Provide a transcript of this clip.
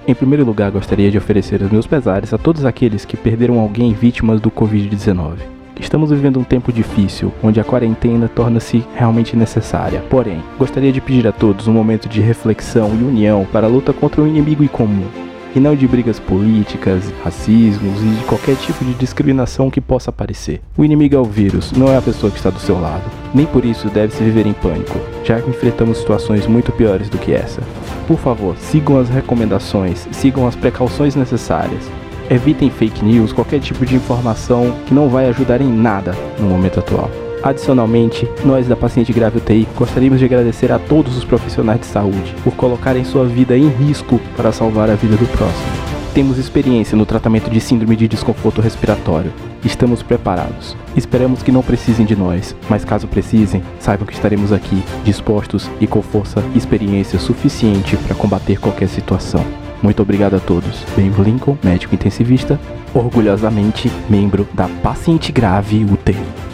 Em primeiro lugar, gostaria de oferecer os meus pesares a todos aqueles que perderam alguém vítimas do Covid-19. Estamos vivendo um tempo difícil, onde a quarentena torna-se realmente necessária. Porém, gostaria de pedir a todos um momento de reflexão e união para a luta contra um inimigo em comum, e não de brigas políticas, racismos e de qualquer tipo de discriminação que possa aparecer. O inimigo é o vírus, não é a pessoa que está do seu lado. Nem por isso deve-se viver em pânico, já que enfrentamos situações muito piores do que essa. Por favor, sigam as recomendações, sigam as precauções necessárias. Evitem fake news, qualquer tipo de informação que não vai ajudar em nada no momento atual. Adicionalmente, nós da Paciente Grave UTI gostaríamos de agradecer a todos os profissionais de saúde por colocarem sua vida em risco para salvar a vida do próximo. Temos experiência no tratamento de síndrome de desconforto respiratório. Estamos preparados. Esperamos que não precisem de nós, mas caso precisem, saibam que estaremos aqui, dispostos e com força e experiência suficiente para combater qualquer situação. Muito obrigado a todos. Ben Lincoln, médico intensivista, orgulhosamente membro da Paciente Grave UTI.